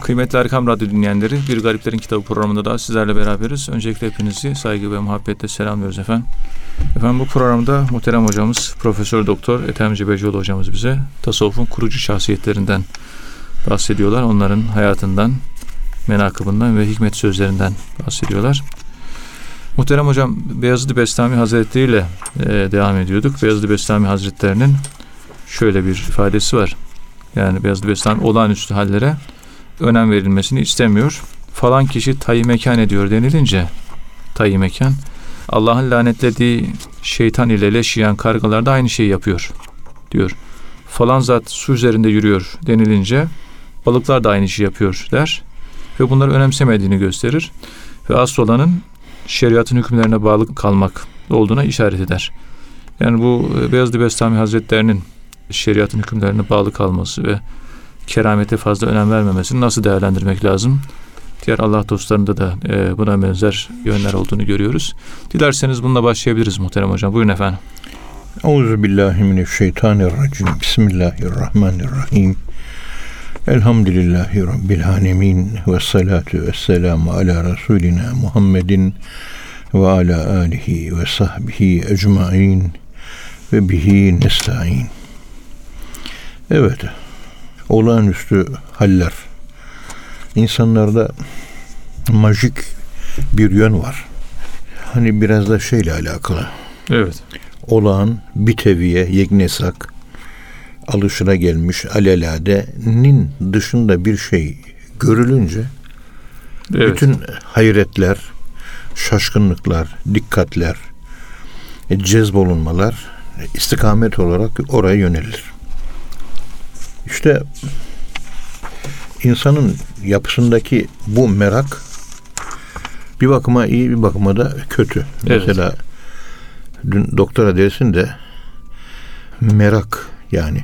Kıymetli Erkam Radyo dinleyenleri, Bir Gariplerin Kitabı programında da sizlerle beraberiz. Öncelikle hepinizi saygı ve muhabbetle selamlıyoruz efendim. Efendim bu programda muhterem hocamız Profesör Doktor Ethem Cebecioğlu hocamız bize tasavvufun kurucu şahsiyetlerinden bahsediyorlar. Onların hayatından, menakıbından ve hikmet sözlerinden bahsediyorlar. Muhterem hocam, Beyazıt-ı Bestami Hazretleri ile devam ediyorduk. Beyazıt-ı Bestami Hazretlerinin şöyle bir ifadesi var. Yani Beyazıt-ı Bestami olağanüstü hallere önem verilmesini istemiyor. Falan kişi tayyi mekan ediyor denilince, tayyi mekan, Allah'ın lanetlediği şeytan ile leş yiyen kargalar da aynı şeyi yapıyor diyor. Falan zat su üzerinde yürüyor denilince balıklar da aynı şeyi yapıyor der. Ve bunları önemsemediğini gösterir. Ve asıl olanın şeriatın hükümlerine bağlı kalmak olduğuna işaret eder. Yani bu Beyazıt-ı Bestami Hazretlerinin şeriatın hükümlerine bağlı kalması ve keramete fazla önem vermemesini nasıl değerlendirmek lazım? Diğer Allah dostlarında da buna benzer yönler olduğunu görüyoruz. Dilerseniz bununla başlayabiliriz muhterem hocam. Buyurun efendim. Euzubillahimineşşeytanirracim. Bismillahirrahmanirrahim. Elhamdülillahi Rabbil alemin. Ve salatu ve selamu ala Resulina Muhammedin ve ala alihi ve sahbihi ecmain ve bihi nesta'in. Evet, olağanüstü haller. İnsanlarda majik bir yön var. Hani biraz da şeyle alakalı. Evet. Olağan, biteviye, yeknesak, alışılagelmiş, aleladenin dışında bir şey görülünce Evet. bütün hayretler, şaşkınlıklar, dikkatler, cezbolunmalar istikamet olarak oraya yönelir. İşte insanın yapısındaki bu merak bir bakıma iyi, bir bakıma da kötü. Evet. Mesela dün doktora dersinde merak, yani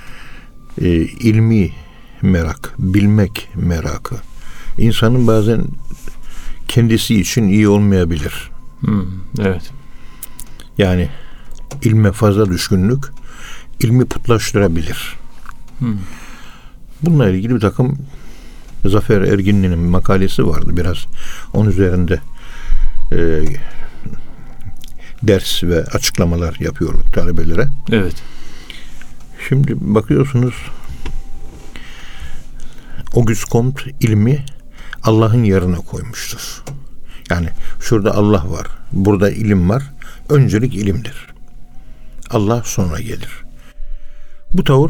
ilmi merak, bilmek merakı insanın bazen kendisi için iyi olmayabilir. Evet. Yani ilme fazla düşkünlük ilmi putlaştırabilir. Bununla ilgili bir takım Zafer Erginli'nin makalesi vardı. Biraz onun üzerinde ders ve açıklamalar yapıyorum talebelere. Evet. Şimdi bakıyorsunuz, Auguste Comte ilmi Allah'ın yerine koymuştur. Yani şurada Allah var, burada ilim var. Öncelik ilimdir. Allah sonra gelir. Bu tavır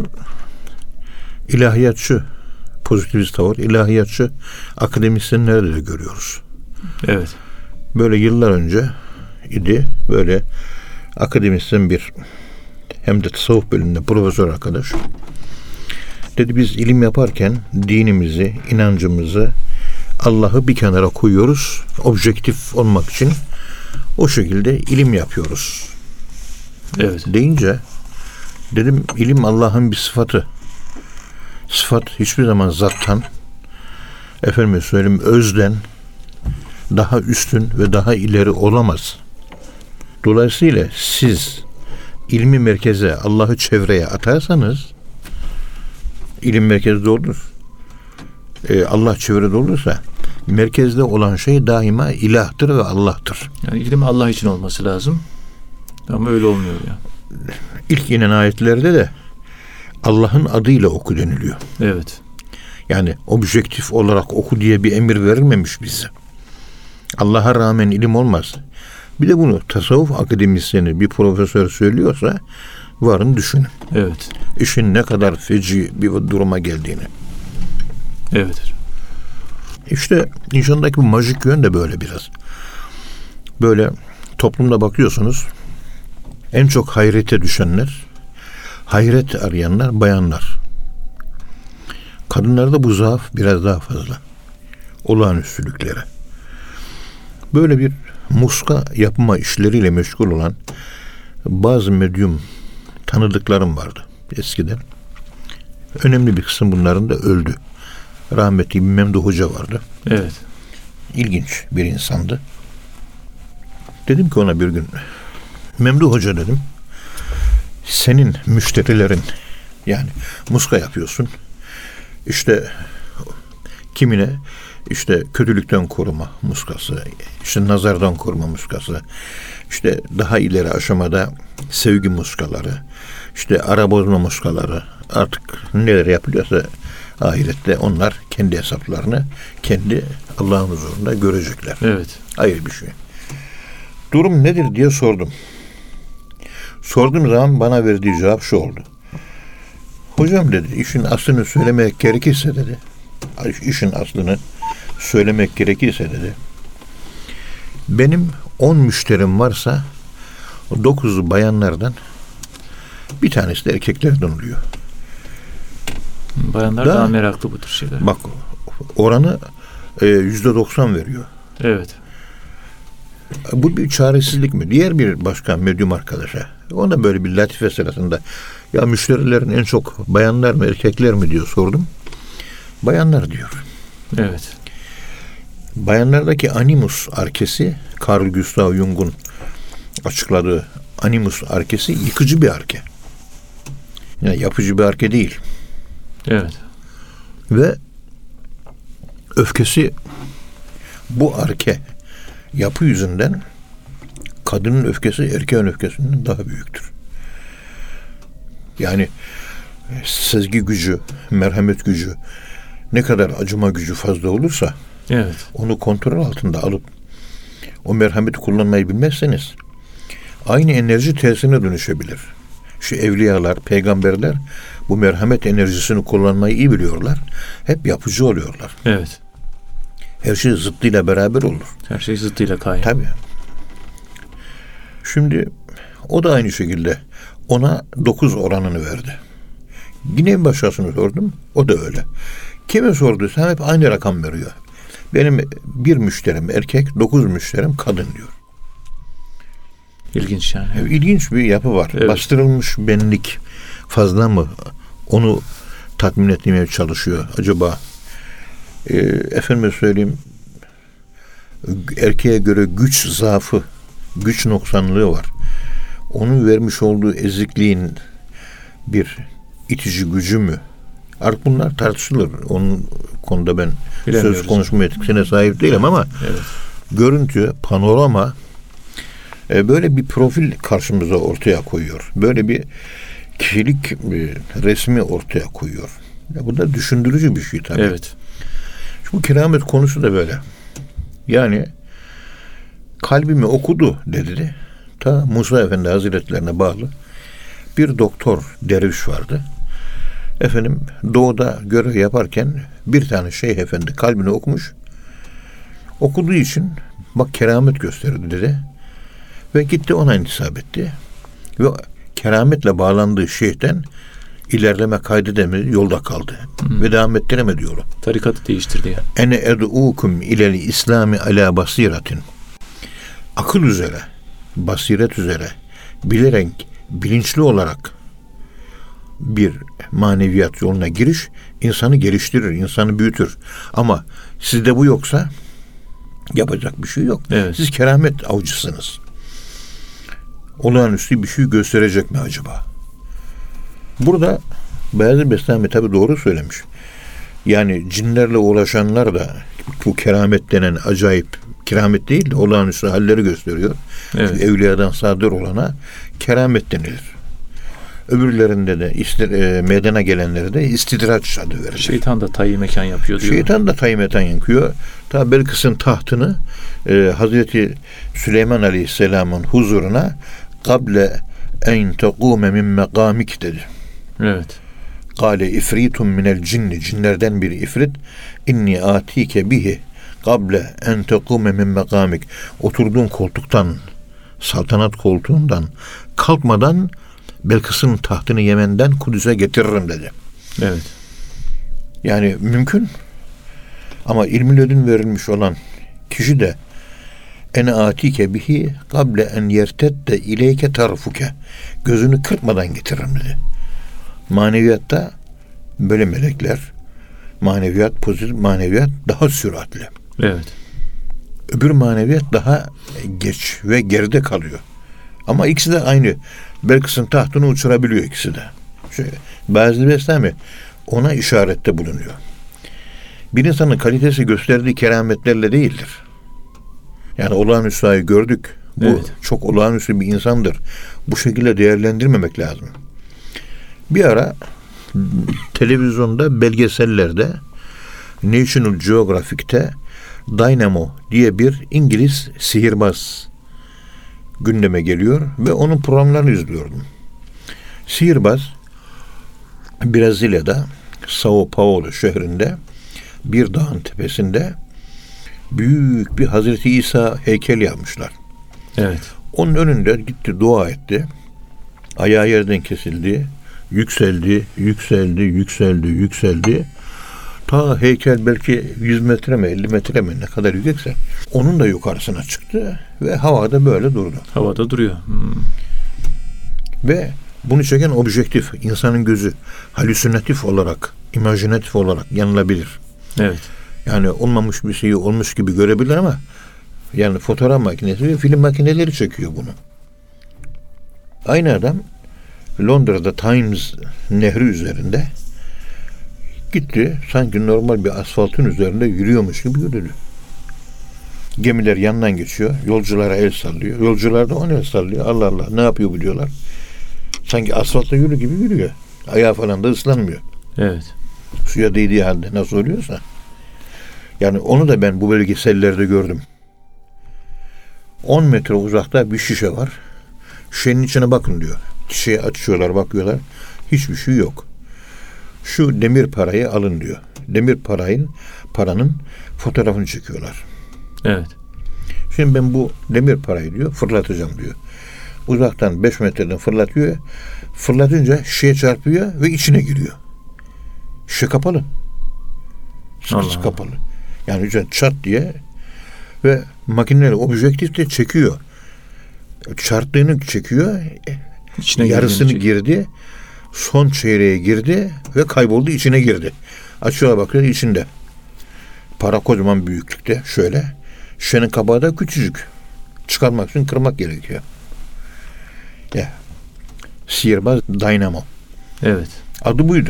ilahiyatçı, pozitivist tavır, ilahiyatçı akademisyenlerde de görüyoruz. Evet. Böyle yıllar önce idi, böyle akademisyen bir, hem de tasavvuf bölümünde profesör arkadaş dedi, biz ilim yaparken dinimizi, inancımızı, Allah'ı bir kenara koyuyoruz, objektif olmak için o şekilde ilim yapıyoruz. Evet. Deyince dedim, ilim Allah'ın bir sıfatı. Sıfat hiçbir zaman zattan, efendim söyleyeyim, özden daha üstün ve daha ileri olamaz. Dolayısıyla siz ilmi merkeze, Allah'ı çevreye atarsanız ilim merkezde olur. Allah çevrede olursa merkezde olan şey daima ilahtır ve Allah'tır. Yani ilim Allah için olması lazım. Ama öyle olmuyor ya. İlk inen ayetlerde de Allah'ın adıyla oku deniliyor. Evet. Yani objektif olarak oku diye bir emir verilmemiş bize. Allah'a rağmen ilim olmaz. Bir de bunu tasavvuf akademisyeni bir profesör söylüyorsa varın düşünün. Evet. İşin ne kadar feci bir duruma geldiğini. Evet. İşte insandaki bu majik yön de böyle biraz. Böyle toplumda bakıyorsunuz, en çok hayrete düşenler, hayret arayanlar bayanlar. Kadınlarda bu zaaf biraz daha fazla. Olağanüstülüklere. Böyle bir muska yapma işleriyle meşgul olan bazı medyum tanıdıklarım vardı eskiden. Önemli bir kısım bunların da öldü. Rahmetli bir Memduh Hoca vardı. Evet. İlginç bir insandı. Dedim ki ona bir gün, Memduh Hoca dedim, senin müşterilerin, yani muska yapıyorsun, İşte Kimine işte kötülükten koruma muskası, işte nazardan koruma muskası, işte daha ileri aşamada sevgi muskaları, işte ara bozma muskaları, artık neler yapılıyorsa ahirette onlar kendi hesaplarını kendi Allah'ın huzurunda görecekler. Evet. Ayrı bir şey. Durum nedir diye sordum. Sorduğum zaman bana verdiği cevap şu oldu. Hocam dedi, işin aslını söylemek gerekirse dedi, işin aslını söylemek gerekirse dedi, benim 10 müşterim varsa 9'u bayanlardan, bir tanesi de erkeklerden oluyor. Bayanlar daha meraklı bu tür şeyler. Bak, oranı %90 veriyor. Evet. Bu bir çaresizlik mi? Diğer bir başka medyum arkadaşa, ona böyle bir latife sırasında, ya müşterilerin en çok bayanlar mı erkekler mi diyor sordum. Bayanlar diyor. Evet. Bayanlardaki animus arkesi, Carl Gustav Jung'un açıkladığı animus arkesi yıkıcı bir arke. Yani yapıcı bir arke değil. Evet. Ve öfkesi, bu arke yapı yüzünden kadının öfkesi erkeğin öfkesinden daha büyüktür. Yani sezgi gücü, merhamet gücü, ne kadar acıma gücü fazla olursa, evet, onu kontrol altında alıp o merhameti kullanmayı bilmezseniz aynı enerji tersine dönüşebilir. Şu evliyalar, peygamberler bu merhamet enerjisini kullanmayı iyi biliyorlar. Hep yapıcı oluyorlar. Evet. Her şey zıttıyla beraber olur. Her şey zıttıyla kaim. Tabii. Şimdi o da aynı şekilde ona 9 oranını verdi. Yine bir başkasını sordum. O da öyle. Kime sorduysam hep aynı rakam veriyor. Benim bir müşterim erkek, 9 müşterim kadın diyor. İlginç yani. İlginç bir yapı var. Evet. Bastırılmış benlik fazla mı? Onu tatmin etmeye çalışıyor. Acaba efendime söyleyeyim, erkeğe göre güç zaafı, güç noksanlığı var. Onun vermiş olduğu ezikliğin bir itici gücü mü? Artık bunlar tartışılır. Onun konuda ben söz konuşma etkisine sahip değilim ama evet, görüntü, panorama böyle bir profil karşımıza ortaya koyuyor. Böyle bir kişilik resmi ortaya koyuyor. Ya bu da düşündürücü bir şey tabii. evet. Bu keramet konusu da böyle. Yani kalbimi okudu dedi. Ta Musa Efendi Hazretlerine bağlı bir doktor derviş vardı. Efendim doğuda görev yaparken bir tane Şeyh Efendi kalbini okumuş. Okuduğu için bak keramet gösterdi dedi. Ve gitti ona intisap etti. Ve kerametle bağlandığı şeyhten ilerleme kaydedemedi, yolda kaldı. Ve devam ettiremedi yolu. Tarikatı değiştirdi yani. Ene ed'ukum ilel İslami ala basiratin. Akıl üzere, basiret üzere, bilerek, bilinçli olarak bir maneviyat yoluna giriş insanı geliştirir, insanı büyütür. Ama sizde bu yoksa yapacak bir şey yok. Evet. Siz keramet avcısınız. Olağanüstü bir şey gösterecek mi acaba? Burada Beyazıt Bestami tabii doğru söylemiş. Yani cinlerle uğraşanlar da bu keramet denen acayip, keramet değil de olağanüstü halleri gösteriyor. Evet. Çünkü evliyadan sadır olana keramet denilir. Öbürlerinde de meydana gelenlere de istidraç adı verilir. Şeytan da tayyi mekan yapıyor diyor. Şeytan da tayyi mekan yapıyor. Ta Belkıs'ın tahtını Hazreti Süleyman Aleyhisselam'ın huzuruna kable en tekume min mekamik dedi. Evet. Kale ifritun minel cinni, cinlerden bir ifrit, inni atike bihi kable en tekume min mekamik, oturduğun koltuktan, saltanat koltuğundan kalkmadan Belkıs'ın tahtını Yemen'den Kudüs'e getiririm dedi. Evet. Yani mümkün. Ama ilmi ledün verilmiş olan kişi de ene atike bihi kable en yertedde ileyke tarfuke, gözünü kırpmadan getiririm dedi. Maneviyatta böyle melekler, maneviyat, pozitif maneviyat daha süratli. Evet. Öbür maneviyat daha geç ve geride kalıyor. Ama ikisi de aynı. Belkıs'ın tahtını uçurabiliyor ikisi de. Beyazıt Bestami ona işarette bulunuyor. Bir insanın kalitesi gösterdiği kerametlerle değildir. Yani olağanüstü gördük. Bu evet. çok olağanüstü bir insandır. Bu şekilde değerlendirmemek lazım. Bir ara televizyonda, belgesellerde, National Geographic'te Dynamo diye bir İngiliz sihirbaz gündeme geliyor ve onun programlarını izliyordum. Sihirbaz Brezilya'da Sao Paulo şehrinde bir dağın tepesinde büyük bir Hazreti İsa heykel yapmışlar. Evet. Onun önünde gitti, dua etti. Ayağı yerden kesildi. Yükseldi. Ta heykel belki 100 metre mi 50 metre mi ne kadar yüksekse onun da yukarısına çıktı ve havada böyle durdu. Havada duruyor. Ve bunu çeken objektif, insanın gözü halüsinatif olarak, imajinatif olarak yanılabilir. Evet. Yani olmamış bir şeyi olmuş gibi görebilir ama yani fotoğraf makinesi ve film makineleri çekiyor bunu. Aynı adam Londra'da Thames Nehri üzerinde gitti, sanki normal bir asfaltın üzerinde yürüyormuş gibi yürüdü. Gemiler yanından geçiyor, yolculara el sallıyor. Yolcular da ona el sallıyor. Allah Allah, ne yapıyor bu diyorlar. Sanki asfaltta yürü gibi yürüyor. Ayağı falan da ıslanmıyor. Evet. Suya değdiği halde nasıl oluyorsa. Yani onu da ben bu belgesellerde gördüm. 10 metre uzakta bir şişe var. Şişenin içine bakın diyor. Şişeyi açıyorlar, bakıyorlar. Hiçbir şey yok. Şu demir parayı alın diyor. Demir paranın fotoğrafını çekiyorlar. Evet. Şimdi ben bu demir parayı diyor fırlatacağım diyor. Uzaktan 5 metreden fırlatıyor. Fırlatınca şişeye çarpıyor ve içine giriyor. Şişe kapalı. Sıkısı kapalı. Yani çat diye ve makineler objektif de çekiyor. Çarptığını çekiyor. İçine yarısını girdi. Son çeyreğe girdi ve kayboldu, içine girdi. Açıyorlar, bakıyor, içinde. Para kocaman büyüklükte şöyle. Şişenin kabağı da küçücük. Çıkarmak için kırmak gerekiyor. Ya. Sihirbaz Dynamo. Evet. Adı buydu.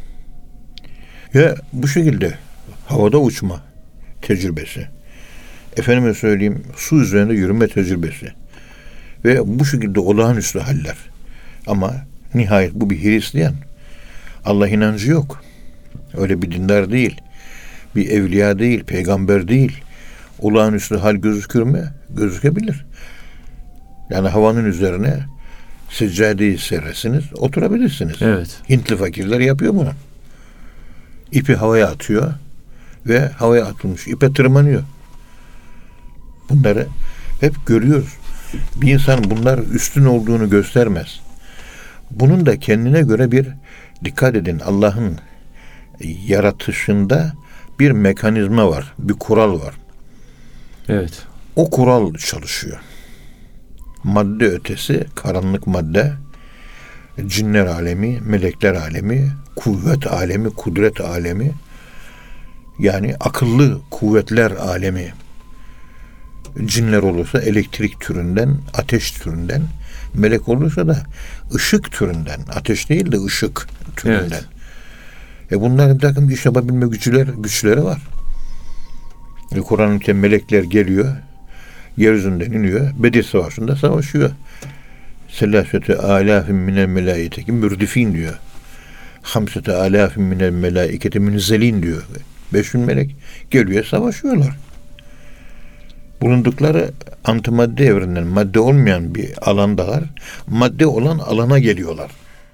Ya bu şekilde havada uçma tecrübesi. Efendime söyleyeyim, su üzerinde yürüme tecrübesi. Ve bu şekilde olağanüstü haller. Ama nihayet bu bir Hristiyan. Allah inancı yok. Öyle bir dindar değil. Bir evliya değil, peygamber değil. Olağanüstü hal gözükür mü? Gözükebilir. Yani havanın üzerine seccadeyi serersiniz, oturabilirsiniz. Evet. Hintli fakirler yapıyor bunu. İpi havaya atıyor ve havaya atılmış ipe tırmanıyor. Bunları hep görüyoruz. Bir insan bunlar üstün olduğunu göstermez. Bunun da kendine göre bir, dikkat edin, Allah'ın yaratışında bir mekanizma var, bir kural var. Evet. O kural çalışıyor. Madde ötesi, karanlık madde, cinler alemi, melekler alemi, kuvvet alemi, kudret alemi, yani akıllı kuvvetler alemi. Cinler olursa elektrik türünden, ateş türünden, melek olursa da ışık türünden, ateş değil de ışık türünden. Evet. Bunların bir takım iş yapabilme güçleri var. Kur'an-ı melekler geliyor, yeryüzünden iniyor, Bedir Savaşı'nda savaşıyor. Selâsete âlâfin minel melâiketi mürdifîn diyor. Hamsete âlâfin minel melâiketi münzelîn diyor. 5000 melek geliyor, savaşıyorlar. Bulundukları antimadde evreninden, madde olmayan bir alandalar. Madde olan alana geliyorlar.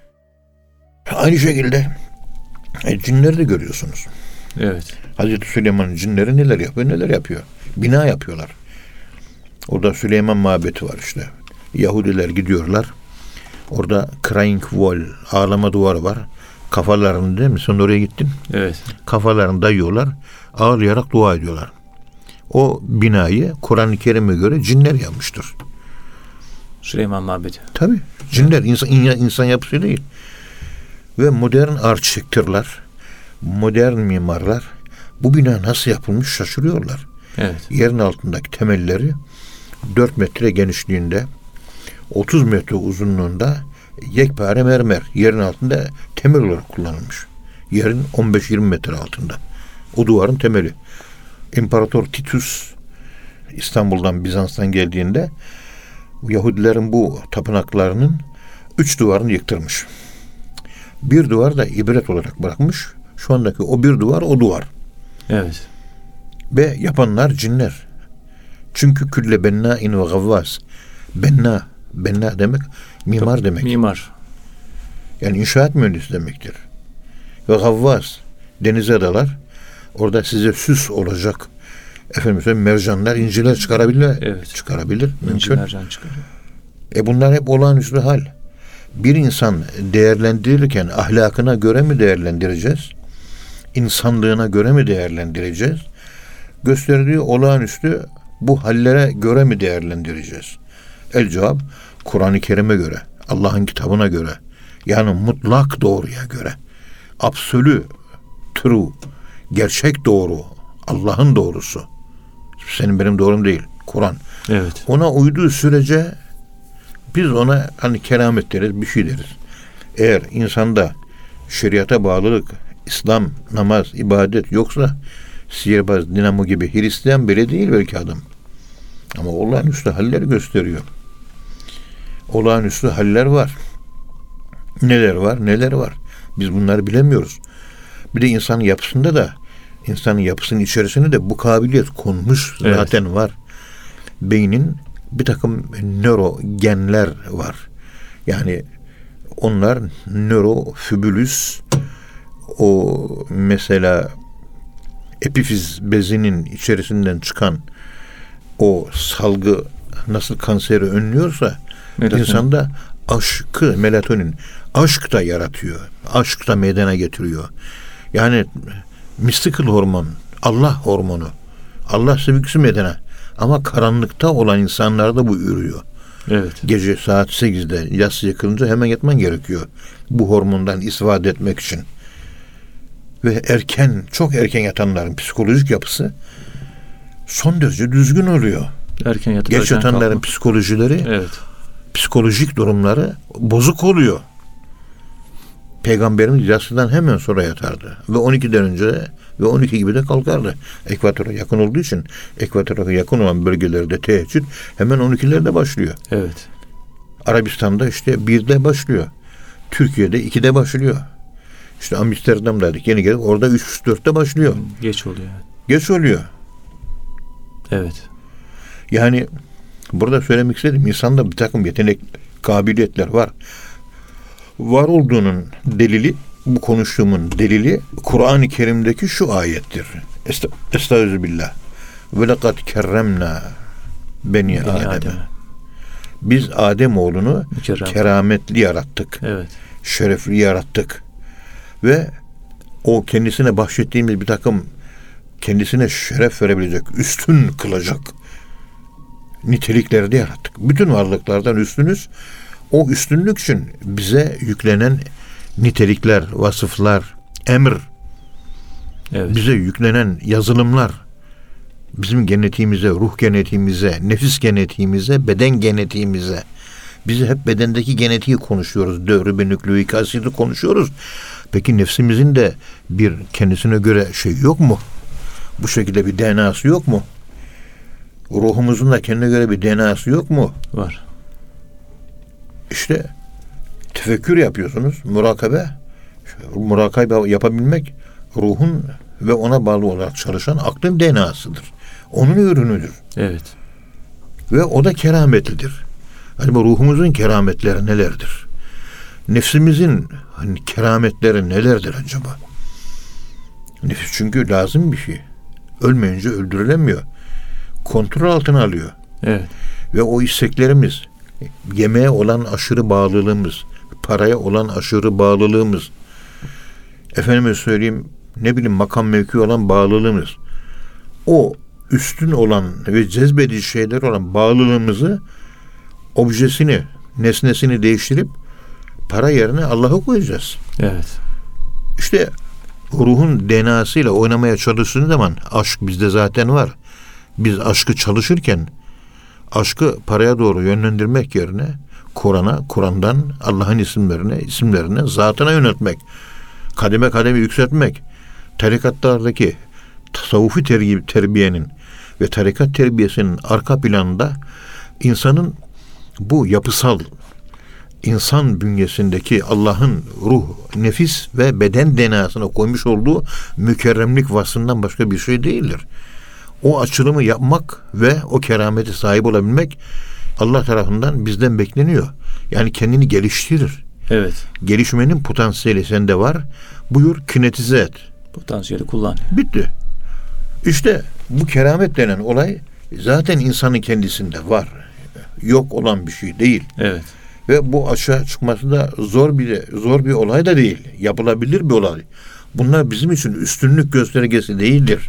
Aynı şekilde cinleri de görüyorsunuz. Evet. Hazreti Süleyman'ın cinleri neler yapıyor? Bina yapıyorlar. Orada Süleyman mabedi var işte. Yahudiler gidiyorlar. Orada crying wall, ağlama duvarı var. Kafalarını, değil mi? Sen oraya gittin. Evet. Kafalarını dayıyorlar. Ağlayarak dua ediyorlar. O binayı Kur'an-ı Kerim'e göre cinler yapmıştır. Süleyman Mabedi. Tabii. Cinler, insan yapısı değil. Ve modern architect'ler, modern mimarlar bu bina nasıl yapılmış şaşırıyorlar. Evet. Yerin altındaki temelleri 4 metre genişliğinde, 30 metre uzunluğunda yekpare mermer yerin altında temel olarak kullanılmış. Yerin 15-20 metre altında. O duvarın temeli. İmparator Titus İstanbul'dan, Bizans'tan geldiğinde Yahudilerin bu tapınaklarının 3 duvarını yıktırmış. Bir duvar da ibret olarak bırakmış. Şu andaki o bir duvar o duvar. Evet. Ve yapanlar cinler. Çünkü külle bennâin ve gavvâs. Benna demek mimar demek. Mimar. Yani inşaat mühendisi demektir. Ve gavvâs, denize dalar. Orada size süs olacak. Mercanlar, inciler çıkarabilir. Evet. Çıkarabilir. İnci Mümkün. mercan çıkarıyor. Bunlar hep olağanüstü hal. Bir insan değerlendirirken ahlakına göre mi değerlendireceğiz? İnsanlığına göre mi değerlendireceğiz? Gösterdiği olağanüstü bu hallere göre mi değerlendireceğiz? El cevap Kur'an-ı Kerim'e göre, Allah'ın kitabına göre, yani mutlak doğruya göre, absolü, true, gerçek doğru, Allah'ın doğrusu. Senin benim doğrum değil, Kur'an. Evet. Ona uyduğu sürece biz ona hani keramet deriz, bir şey deriz. Eğer insanda şeriata bağlılık, İslam, namaz, ibadet yoksa sihirbaz, dinamo gibi Hristiyan bile değil belki adam. Ama olağanüstü haller gösteriyor. Olağanüstü haller var. Neler var, neler var. Biz bunları bilemiyoruz. Bir de insanın yapısında da, insanın yapısının içerisinde de bu kabiliyet konmuş zaten evet. Var. Beynin bir takım nörogenler var. Yani onlar nörofübülüs, o mesela epifiz bezinin içerisinden çıkan o salgı nasıl kanseri önlüyorsa insanda aşkı, melatonin, aşk da yaratıyor. Aşk da meydana getiriyor. Yani mystical hormon, Allah hormonu. Allah sevgisi meydana. Ama karanlıkta olan insanlarda bu ürüyor. Evet. Gece saat 8'de yatsı yakılınca hemen yatman gerekiyor. Bu hormondan istifade etmek için. Ve çok erken yatanların psikolojik yapısı son derece düzgün oluyor. Erken yatıp geç yatanların kalkmak. psikolojileri, psikolojik durumları bozuk oluyor. Peygamberimiz yatsıdan hemen sonra yatardı. Ve 12'den önce ve 12 gibi de kalkardı. Ekvatora yakın olduğu için ekvatora yakın olan bölgelerde teheccüd hemen 12'lerde başlıyor. Evet. Arabistan'da işte 1'de başlıyor. Türkiye'de 2'de başlıyor. İşte Amsterdam'daydık yeni geldik. Orada 3-4'te başlıyor. Geç oluyor. Geç oluyor. Evet. Yani burada söylemek istedim. İnsanda bir takım yetenek, kabiliyetler var. Var olduğunun delili, bu konuştuğumun delili Kur'an-ı Kerim'deki şu ayettir. Estağfirullah. Ve lekad kerremna beni Adem'e. Biz Ademoğlunu kerametli yarattık. Evet. Şerefli yarattık. Ve o kendisine bahşettiğimiz bir takım kendisine şeref verebilecek, üstün kılacak nitelikleri de yarattık. Bütün varlıklardan üstünüz. O üstünlük için bize yüklenen nitelikler, vasıflar, emir, bize yüklenen yazılımlar, bizim genetiğimize, ruh genetiğimize, nefis genetiğimize, beden genetiğimize, biz hep bedendeki genetiği konuşuyoruz, dövrü, nükleik asidi konuşuyoruz. Peki nefsimizin de bir kendisine göre şey yok mu? Bu şekilde bir DNA'sı yok mu? Ruhumuzun da kendine göre bir DNA'sı yok mu? Var. İşte tefekkür yapıyorsunuz, murakabe yapabilmek ruhun ve ona bağlı olarak çalışan aklın DNA'sıdır. Onun ürünüdür. Evet. Ve o da kerametlidir. Hani bu ruhumuzun kerametleri nelerdir? Nefsimizin kerametleri nelerdir acaba? Nefis çünkü lazım bir şey. Ölmeyince öldürülemiyor. Kontrol altına alıyor. Evet. Ve o isteklerimiz, yemeğe olan aşırı bağlılığımız, paraya olan aşırı bağlılığımız, efendime söyleyeyim, makam mevki olan bağlılığımız, o üstün olan ve cezbedici şeyler olan bağlılığımızı, objesini, nesnesini değiştirip para yerine Allah'a koyacağız. Evet. İşte ruhun DNA'sıyla oynamaya çalıştığın zaman aşk bizde zaten var. Biz aşkı çalışırken aşkı paraya doğru yönlendirmek yerine Kur'an'dan Allah'ın isimlerine, zatına yöneltmek, kademe kademe yükseltmek, tarikatlardaki tasavvufi terbiyenin ve tarikat terbiyesinin arka planında insanın bu yapısal insan bünyesindeki Allah'ın ruh, nefis ve beden DNA'sına koymuş olduğu mükerremlik vasfından başka bir şey değildir. O açılımı yapmak ve o keramete sahip olabilmek Allah tarafından bizden bekleniyor. Yani kendini geliştirir. Evet. Gelişmenin potansiyeli sende var. Buyur kinetize et. Potansiyeli kullan. Bitti. İşte bu keramet denen olay zaten insanın kendisinde var. Yok olan bir şey değil. Evet. Ve bu açığa çıkması da zor bir olay da değil. Yapılabilir bir olay. Bunlar bizim için üstünlük göstergesi değildir.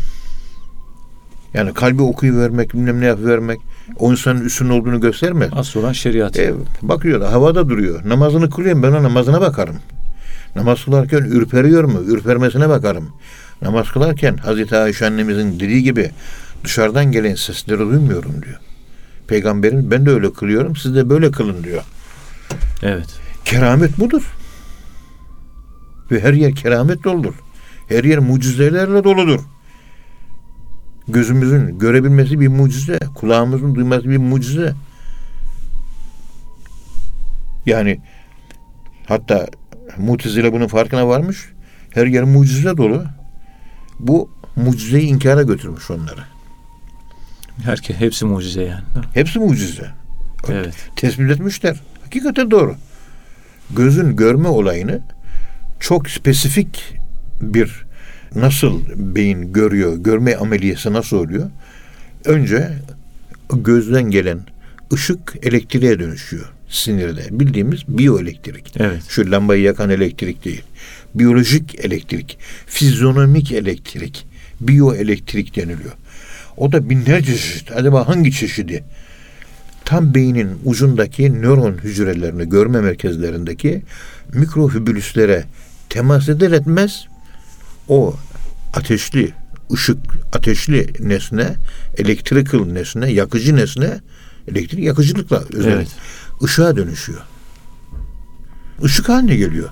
Yani kalbi okuyuvermek, bilmem ne yapıvermek o insanın üstün olduğunu göstermez. Asıl olan şeriat. Bakıyor, havada duruyor. Namazını kılıyor, ben o namazına bakarım. Namaz kılarken ürperiyor mu? Ürpermesine bakarım. Namaz kılarken Hazreti Ayşe annemizin dediği gibi dışarıdan gelen sesleri duymuyorum diyor. Peygamberim ben de öyle kılıyorum, siz de böyle kılın diyor. Evet. Keramet budur. Ve her yer keramet doludur. Her yer mucizelerle doludur. Gözümüzün görebilmesi bir mucize, kulağımızın duyması bir mucize. Yani hatta Mutezile bunun farkına varmış. Her yer mucize dolu. Bu mucizeyi inkara götürmüş onları. Hepsi mucize yani. Hepsi mucize. Evet. Tespit etmişler. Hakikaten doğru. Gözün görme olayını çok spesifik bir nasıl beyin görüyor, görme ameliyesi nasıl oluyor? Önce gözden gelen ışık elektriğe dönüşüyor sinirde. Bildiğimiz biyoelektrik. Evet. Şu lambayı yakan elektrik değil. Biyolojik elektrik, fizyonomik elektrik, biyoelektrik deniliyor. O da binlerce çeşit. Acaba hangi çeşidi? Tam beynin ucundaki nöron hücrelerini, görme merkezlerindeki mikrofibülüslere temas eder etmez o ateşli ışık, ateşli nesne, electrical nesne, yakıcı nesne, elektrik yakıcılıkla özellikle ışığa dönüşüyor. Işık haline geliyor.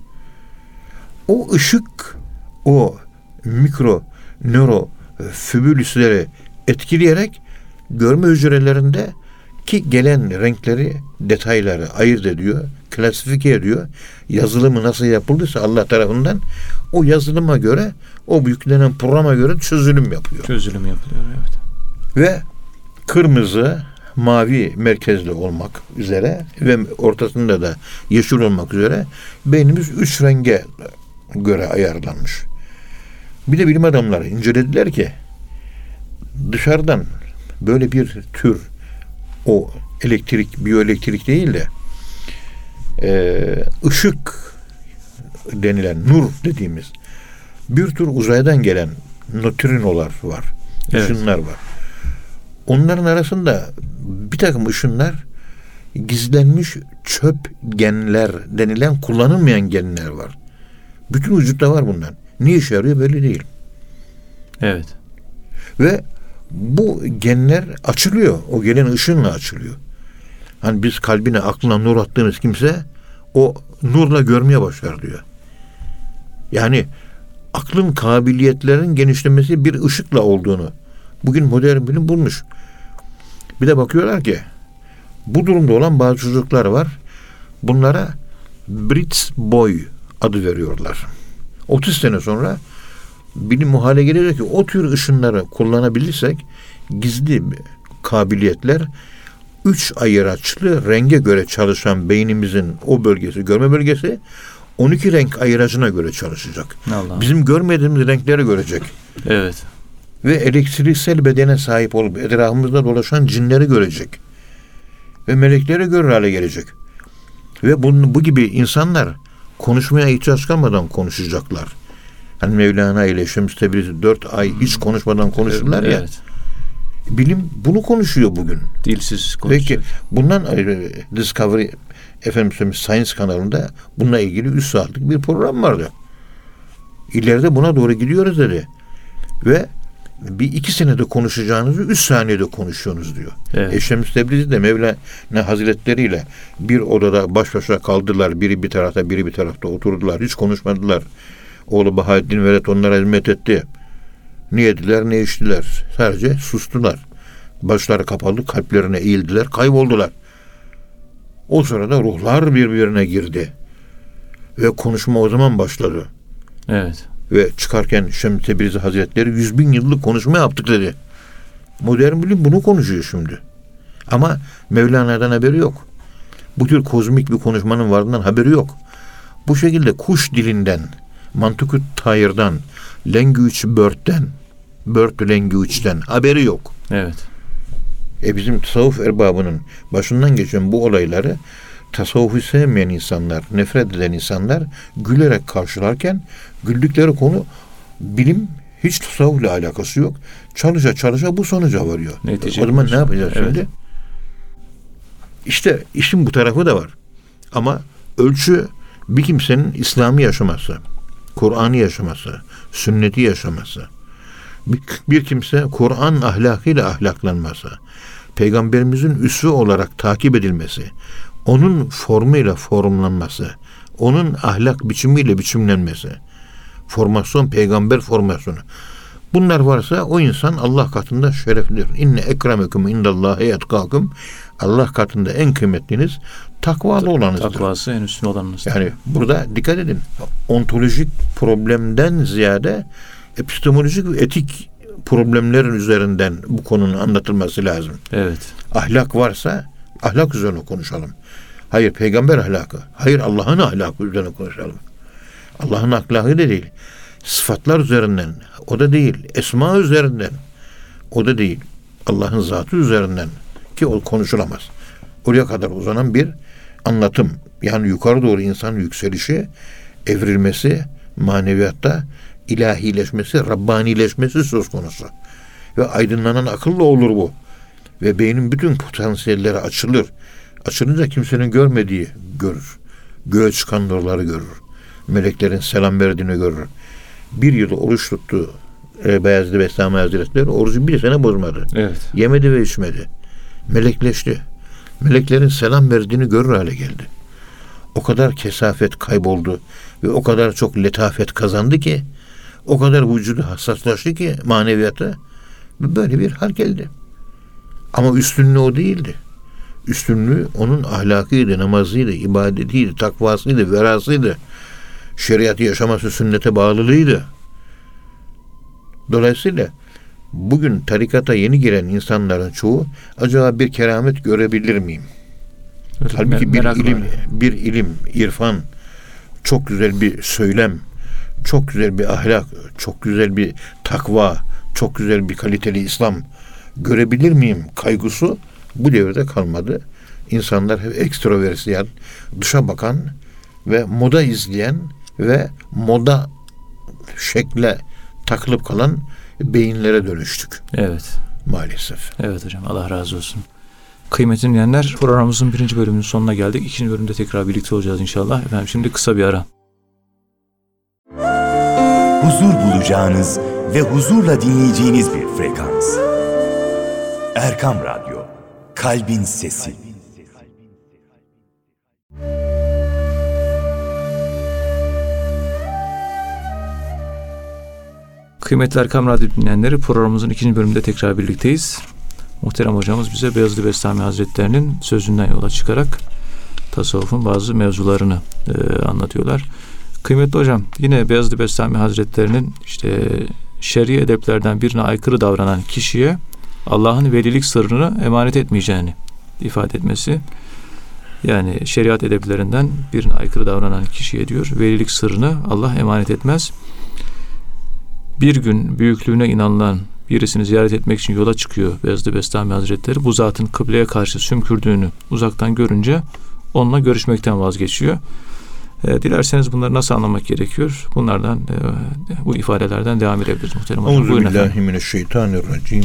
O ışık o mikro nörofibülüsleri etkileyerek görme hücrelerinde ki gelen renkleri, detayları ayırt ediyor, klasifike ediyor. Yazılımı nasıl yapıldıysa Allah tarafından o yazılıma göre, o yüklenen programa göre çözülüm yapıyor. Çözülüm yapılıyor, evet. Ve kırmızı, mavi merkezli olmak üzere ve ortasında da yeşil olmak üzere beynimiz 3 renge göre ayarlanmış. Bir de bilim adamları incelediler ki dışarıdan böyle bir tür o elektrik, biyoelektrik değil de ışık denilen, nur dediğimiz bir tür uzaydan gelen nötrinolar var. Evet. Işınlar var. Onların arasında bir takım ışınlar gizlenmiş çöp genler denilen kullanılmayan genler var. Bütün vücutta var bunlar. Ne işe yarıyor belli değil. Evet. Ve bu genler açılıyor. O gelen ışınla açılıyor. Hani biz kalbine, aklına nur attığımız kimse o nurla görmeye başlar diyor. Yani aklın kabiliyetlerin genişlemesi bir ışıkla olduğunu bugün modern bilim bulmuş. Bir de bakıyorlar ki bu durumda olan bazı çocuklar var. Bunlara Brits Boy adı veriyorlar. 30 sene sonra bilim o hale gelecek ki o tür ışınları kullanabilirsek gizli kabiliyetler 3 ayıraçlı renge göre çalışan beynimizin o bölgesi, görme bölgesi 12 renk ayıracına göre çalışacak. Allah. Bizim görmediğimiz renkleri görecek. Evet. Ve elektriksel bedene sahip olup etrafımızda dolaşan cinleri görecek. Ve melekleri görür hale gelecek. Ve bu gibi insanlar konuşmaya ihtiyaç kalmadan konuşacaklar. Hani Mevlana ile Şems Tebrizi 4 ay hiç konuşmadan konuşurlar ya. Evet. Bilim bunu konuşuyor bugün. Dilsiz konuşuyor. Peki bundan Discovery Science kanalında bununla ilgili 3 saatlik bir program vardı. İleride buna doğru gidiyoruz dedi. Ve bir 2 senede konuşacağınızı 3 saniyede konuşuyorsunuz diyor. Evet. Şems Tebrizi de Mevlana Hazretleriyle bir odada baş başa kaldılar. Biri bir tarafta, biri bir tarafta oturdular. Hiç konuşmadılar. Oğlu Bahaeddin Veled onlara hizmet etti. Ne yediler ne içtiler. Sadece sustular. Başları kapalı, kalplerine eğildiler, kayboldular. O sırada ruhlar birbirine girdi. Ve konuşma o zaman başladı. Evet. Ve çıkarken Şems Tebrizi Hazretleri 100.000 yıllık konuşma yaptık dedi. Modern bilim bunu konuşuyor şimdi. Ama Mevlana'dan haberi yok. Bu tür kozmik bir konuşmanın varlığından haberi yok. Bu şekilde kuş dilinden, mantık-ı tayırdan, language bird'den, bird language'den haberi yok. Evet. Bizim tasavvuf erbabının başından geçen bu olayları tasavvufu sevmeyen insanlar, nefret eden insanlar gülerek karşılarken güldükleri konu bilim, hiç tasavvufla alakası yok. Çalışa bu sonuca varıyor. Netice o zaman ne yapacağız şimdi? Evet. İşte işin bu tarafı da var. Ama ölçü bir kimsenin İslam'ı yaşaması, Kur'an'ı yaşaması, sünneti yaşaması, bir kimse Kur'an ahlakıyla ahlaklanması, Peygamberimizin üsve olarak takip edilmesi, onun formuyla formlanması, onun ahlak biçimiyle biçimlenmesi, formasyon, peygamber formasyonu. Bunlar varsa o insan Allah katında şereflidir. İnne ekremekum indallahi etkâkum. Allah katında en kıymetliniz takvalı olanınızdır. Takvası en üstün olanınızdır. Yani burada dikkat edin. Ontolojik problemden ziyade epistemolojik ve etik problemlerin üzerinden bu konunun anlatılması lazım. Evet. Ahlak varsa ahlak üzerine konuşalım. Hayır peygamber ahlakı. Hayır Allah'ın ahlakı üzerine konuşalım. Allah'ın ahlakı da değil. Sıfatlar üzerinden. O da değil. Esma üzerinden. O da değil. Allah'ın zatı üzerinden ki o konuşulamaz. Oraya kadar uzanan bir anlatım. Yani yukarı doğru insanın yükselişi, evrilmesi, maneviyatta ilahileşmesi, Rabbanileşmesi söz konusu. Ve aydınlanan akılla olur bu. Ve beynin bütün potansiyelleri açılır. Açılınca kimsenin görmediği görür. Göğe çıkan nurları görür. Meleklerin selam verdiğini görür. Bir yıl oruç tuttu Beyazıt Bestami Hazretleri. Orucu bir sene bozmadı. Evet. Yemedi ve içmedi. Melekleşti. Meleklerin selam verdiğini görür hale geldi. O kadar kesafet kayboldu ve o kadar çok letafet kazandı ki, o kadar vücudu hassaslaştı ki maneviyata, böyle bir hal geldi. Ama üstünlüğü o değildi. Üstünlüğü onun ahlakıydı, namazıydı, ibadetiydi, takvasıydı, verasıydı. Şeriatı yaşaması, sünnete bağlılığıydı. Dolayısıyla bugün tarikata yeni giren insanların çoğu acaba bir keramet görebilir miyim? Evet, Halbuki bir ilim, irfan, çok güzel bir söylem, çok güzel bir ahlak, çok güzel bir takva, çok güzel bir kaliteli İslam görebilir miyim kaygısı bu devirde kalmadı. İnsanlar hep ekstroversiyel, dışa bakan ve moda izleyen ve moda şekle takılıp kalan beyinlere dönüştük. Evet. Maalesef. Evet hocam, Allah razı olsun. Kıymetli dinleyenler, programımızın 1. bölümünün sonuna geldik. 2. bölümde tekrar birlikte olacağız inşallah. Efendim şimdi kısa bir ara. Huzur bulacağınız ve huzurla dinleyeceğiniz bir frekans. Erkam Radyo, Kalbin Sesi. Kıymetli Erkam Radyo dinleyenleri, programımızın 2. bölümünde tekrar birlikteyiz. Muhterem hocamız bize Beyazıt Bestami Hazretleri'nin sözünden yola çıkarak tasavvufun bazı mevzularını anlatıyorlar. Kıymetli hocam, yine Beyazıt Bestami Hazretleri'nin işte şer'i edeplerden birine aykırı davranan kişiye Allah'ın velilik sırrını emanet etmeyeceğini ifade etmesi. Yani şeriat edeplerinden birine aykırı davranan kişiye diyor, velilik sırrını Allah emanet etmez. Bir gün büyüklüğüne inanılan birisini ziyaret etmek için yola çıkıyor Beyazıt Bestami Hazretleri. Bu zatın kıbleye karşı sümkürdüğünü uzaktan görünce onunla görüşmekten vazgeçiyor. Dilerseniz bunları nasıl anlamak gerekiyor? Bunlardan, bu ifadelerden devam edebiliriz muhterem hocam. Buyurun efendim. Euzubillahimineşşeytanirracim.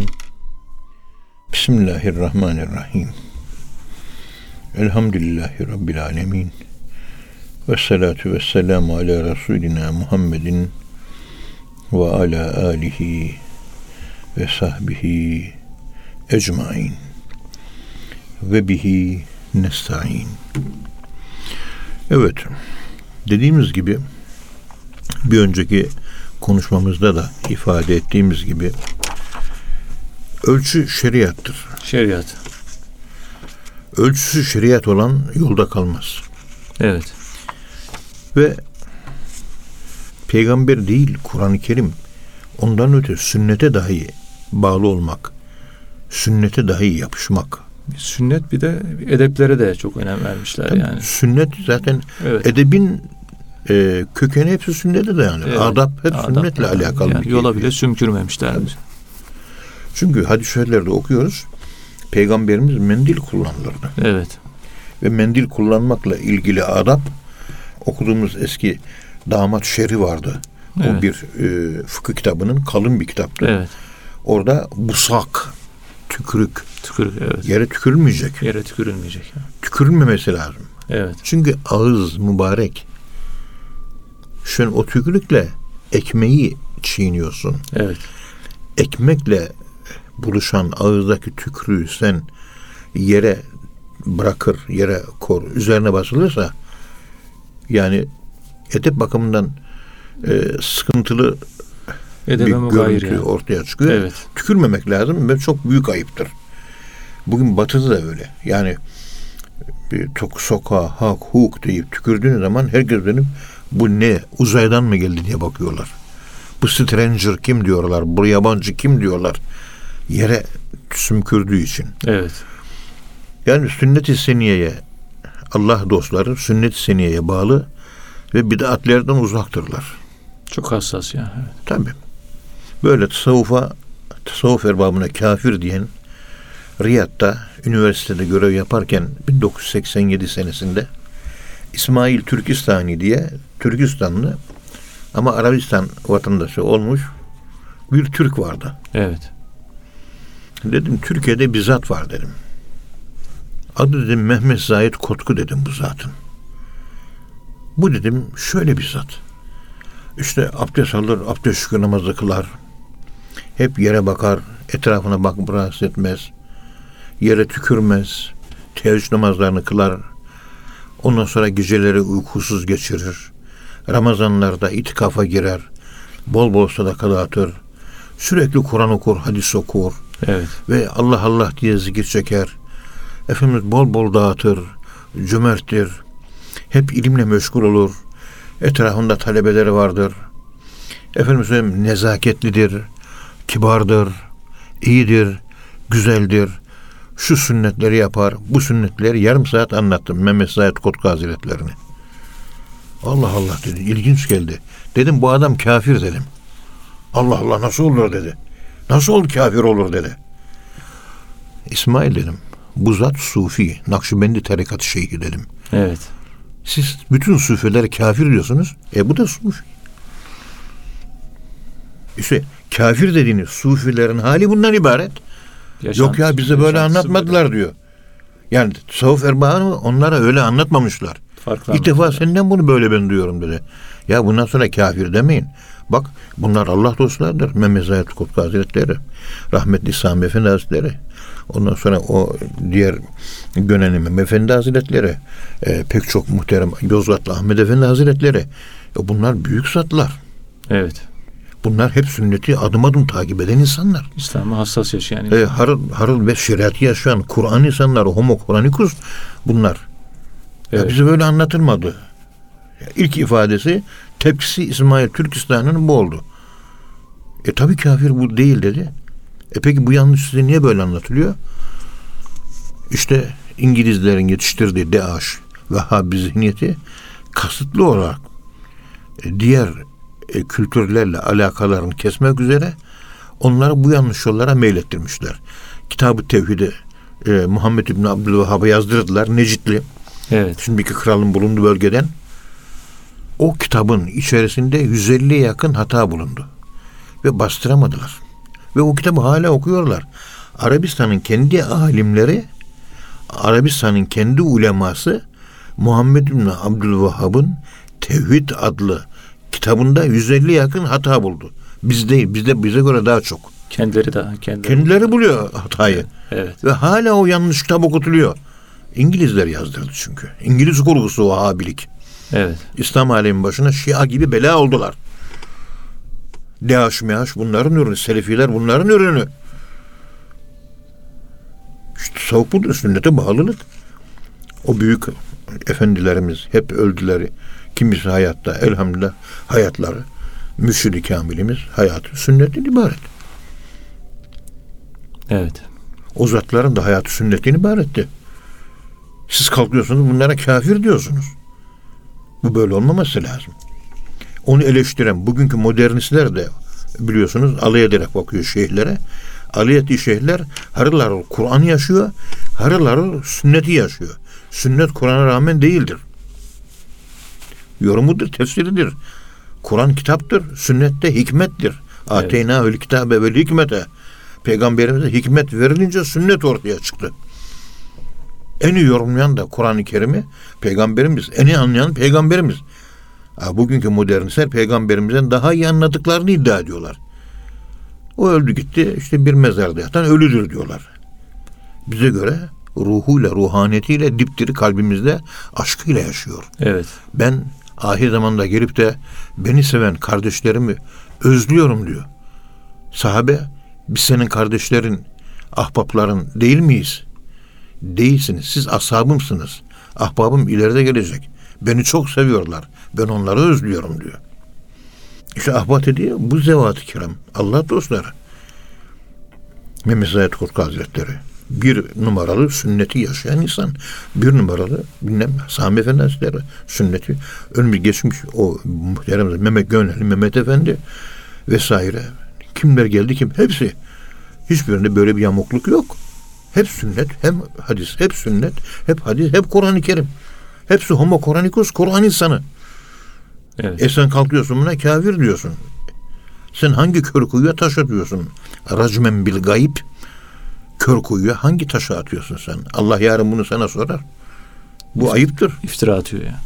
Bismillahirrahmanirrahim. Elhamdülillahi Rabbil alemin. Vessalatu vesselamu ala Resulina Muhammedin ve ala alihi ve sahbihi ecmain ve bihi nesta'in. Evet, dediğimiz gibi bir önceki konuşmamızda da ifade ettiğimiz gibi ölçü şeriattır. Şeriat. Ölçüsü şeriat olan yolda kalmaz. Evet. Ve peygamber değil Kur'an-ı Kerim, ondan öte sünnete dahi bağlı olmak, sünnete dahi yapışmak. Sünnet bir de edeplere de çok önem vermişler Tabii, yani. sünnet zaten Evet. edebin kökeni hepsi sünnete dayanır. Evet. Adap hep sünnetle alakalı. Yani bir yola şey. bile sümkürmemişler. Çünkü hadis-i şeriflerde okuyoruz. Peygamberimiz mendil kullanırdı. Evet. Ve mendil kullanmakla ilgili adap, okuduğumuz eski damat şerhi vardı. Evet. O bir fıkıh kitabının kalın bir kitaptı. Evet. Orada busak, tükürük, Evet. yere tükürülmeyecek. Yere tükürülmeyecek. Tükürülmemesi lazım. Evet. Çünkü ağız mübarek. Şu an o tükürükle ekmeği çiğniyorsun. Evet. Ekmekle buluşan ağızdaki tükürüğü sen yere bırakır, yere kor, üzerine basılırsa yani edep bakımından sıkıntılı Edebe bir mugayir görüntü yani. ortaya çıkıyor. Evet. Tükürmemek lazım ve çok büyük ayıptır. Bugün Batı'da da öyle. Yani bir sokağa hak, hukuk deyip tükürdüğün zaman herkes dönüp bu ne? Uzaydan mı geldi diye bakıyorlar. Bu stranger kim diyorlar? Bu yabancı kim diyorlar? Yere sümkürdüğü için. Evet. Yani sünnet-i seniyeye, Allah dostları sünnet-i seniyeye bağlı ve bid'atlerden uzaktırlar. Çok hassas ya. Evet. Tabii. Böyle tasavvuf erbabına kafir diyen Riyad'da üniversitede görev yaparken 1987 senesinde İsmail Türkistani diye Türkistanlı ama Arabistan vatandaşı olmuş bir Türk vardı. Evet. Dedim Türkiye'de bir zat var dedim. Adı dedim Mehmet Zahid Kotku dedim bu zatın. Bu dedim şöyle bir zat. İşte abdest alır, abdest şükür namazı kılar. Hep yere bakar, etrafına bakıp rahatsız etmez. Yere tükürmez. Teheccüd namazlarını kılar. Ondan sonra geceleri uykusuz geçirir. Ramazanlarda itikafa girer. Bol bol sadaka dağıtır. Sürekli Kur'an okur, hadis okur. Evet. Ve Allah Allah diye zikir çeker. Efendimiz bol bol dağıtır. Cömerttir. Hep ilimle meşgul olur. Etrafında talebeleri vardır. Efendimiz nezaketlidir. Kibardır. İyidir. Güzeldir. Şu sünnetleri yapar. Bu sünnetleri yarım saat anlattım. Mehmet Zahid Kotku Hazretlerini. Allah Allah dedi. İlginç geldi. Dedim bu adam kafir dedim. Allah Allah nasıl olur dedi. Nasıl olur kafir olur dedi. İsmail dedim. Bu zat Sufi. Nakşibendi tarikatı şeyhi dedim. Evet. Siz bütün Sufiler kafir diyorsunuz. Bu da Sufi. İşte kafir dediğiniz Sufilerin hali bundan ibaret. Yok ya bize böyle anlatmadılar diyor. Yani tasavvuf erbabı onlara öyle anlatmamışlar. İlk defa senden bunu böyle ben duyuyorum dedi. Ya bundan sonra kafir demeyin. Bak bunlar Allah dostlarıdır. Mehmet Zahid Kotku Hazretleri, rahmetli Sami Efendi Hazretleri, ondan sonra o diğer Gönenli Mehmet Efendi Hazretleri, pek çok muhterem Yozgatlı Ahmet Efendi Hazretleri. Bunlar büyük zatlar. Evet. Bunlar hep sünneti adım adım takip eden insanlar. İslam'ı hassas yaşayan. Harıl ve şeriatı yaşayan Kur'an insanları, homo Kuranikus bunlar. Evet. Bize böyle anlatılmadı. İlk ifadesi tepkisi İsmail Türkistan'ın bu oldu. Tabii kafir bu değil dedi. Peki bu yanlış size niye böyle anlatılıyor? İşte İngilizlerin yetiştirdiği DAEŞ, Vehhabi zihniyeti kasıtlı olarak diğer kültürlerle alakalarını kesmek üzere onları bu yanlış yollara meylettirmişler. Kitab-ı Tevhid'i Muhammed İbni Abdülvehhab'a yazdırdılar. Necitli. Evet. Şimdiki kralın bulunduğu bölgeden. O kitabın içerisinde 150'ye yakın hata bulundu. Ve bastıramadılar. Ve o kitabı hala okuyorlar. Arabistan'ın kendi alimleri, Arabistan'ın kendi uleması Muhammed İbni Abdülvehhab'ın Tevhid adlı kitabında 150 yakın hata buldu. Biz değil, bize göre daha çok. Kendileri buluyor hatayı. Evet. Ve hala o yanlış kitap okutuluyor. İngilizler yazdırdı çünkü. İngiliz kurgusu Vahhabilik. Evet. İslam alemin başına Şia gibi bela oldular. DH, MH bunların ürünü. Selefiler bunların ürünü. İşte tasavvuf budur. Sünnete bağlılık. O büyük efendilerimiz hep öldüler. Kimisi hayatta. Elhamdülillah hayatları. Mürşid-i Kamilimiz hayatı sünnetten ibaret. Evet. O zatların da hayatı sünnetten ibaretti. Siz kalkıyorsunuz bunlara kafir diyorsunuz. Bu böyle olmaması lazım. Onu eleştiren bugünkü modernistler de biliyorsunuz alay ederek bakıyor şeyhlere. Alay ettiği şeyhler harıl harıl Kur'an yaşıyor, harıl harıl sünneti yaşıyor. Sünnet Kur'an'a rağmen değildir. Yorumudur, tefsiridir. Kur'an kitaptır, sünnette hikmettir. Ateynâhül kitâbe vel hikmete. Peygamberimize hikmet verilince sünnet ortaya çıktı. En iyi yorumlayan da Kur'an-ı Kerim'i Peygamberimiz, en iyi anlayan Peygamberimiz. Bugünkü modernistler Peygamberimizden daha iyi anladıklarını iddia ediyorlar. O öldü gitti, işte bir mezarda yatan ölüdür diyorlar. Bize göre ruhuyla, ruhaniyetiyle, dipdiri kalbimizde aşkıyla yaşıyor. Evet. Ben ahir zamanda gelip de beni seven kardeşlerimi özlüyorum diyor. Sahabe, biz senin kardeşlerin, ahbapların değil miyiz? Değilsiniz. Siz ashabımsınız. Ahbabım ileride gelecek. Beni çok seviyorlar. Ben onları özlüyorum diyor. İşte ahbat ediyor. Bu zevat-ı kiram. Allah dostları. Mehmet Zahid Korku Hazretleri. Bir numaralı sünneti yaşayan insan. Bir numaralı Sami Efendi Hazretleri. Sünneti. Ölmüş geçmiş o muhterem Mehmet Gönelli, Mehmet Efendi vesaire. Kimler geldi kim? Hepsi. Hiçbirinde böyle bir yamukluk yok. Hep sünnet, hem hadis, hep sünnet, hep hadis, hep Kur'an-ı Kerim. Hepsi homo Kur'anikus, Kur'an insanı. Evet. Sen kalkıyorsun buna kafir diyorsun. Sen hangi kör kuyuya taş atıyorsun? Racmen bil gayb. Kör kuyuya hangi taşı atıyorsun sen? Allah yarın bunu sana sorar. Bu ayıptır. İftira atıyor ya.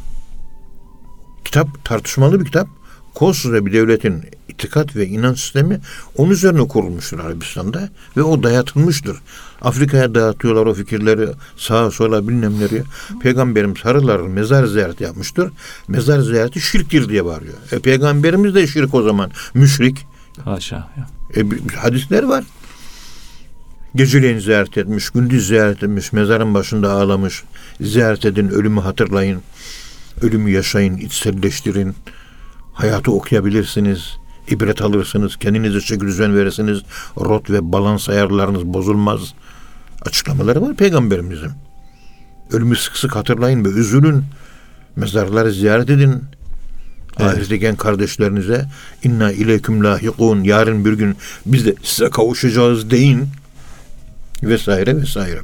Kitap tartışmalı bir kitap. Koskoca bir devletin itikat ve inanç sistemi onun üzerine kurulmuştur Arabistan'da ve o dayatılmıştır. Afrika'ya dağıtıyorlar o fikirleri, sağa sola bilmem nereye. Peygamberimiz harılar mezar ziyareti yapmıştır. Mezar ziyareti şirktir diye bağırıyor. Peygamberimiz de şirk o zaman. Müşrik. Haşa. Ya. Hadisler var. Geceleyin ziyaret etmiş, gündüz ziyaret etmiş, mezarın başında ağlamış. Ziyaret edin, ölümü hatırlayın. Ölümü yaşayın, içselleştirin. Hayatı okuyabilirsiniz, ibret alırsınız, kendinize çeki düzen verirsiniz, rot ve balans ayarlarınız bozulmaz. Açıklamaları var Peygamberimizin. Ölümü sık sık hatırlayın ve üzülün. Mezarları ziyaret edin. Evet. Ahiretteki kardeşlerinize inna ileyküm lahikun, yarın bir gün biz de size kavuşacağız deyin. Vesaire vesaire.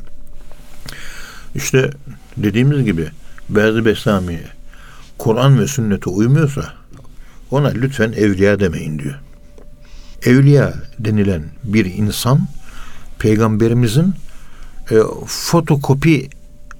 İşte dediğimiz gibi bazı Bestami Kur'an ve sünnete uymuyorsa ona lütfen evliya demeyin diyor. Evliya denilen bir insan Peygamberimizin fotokopi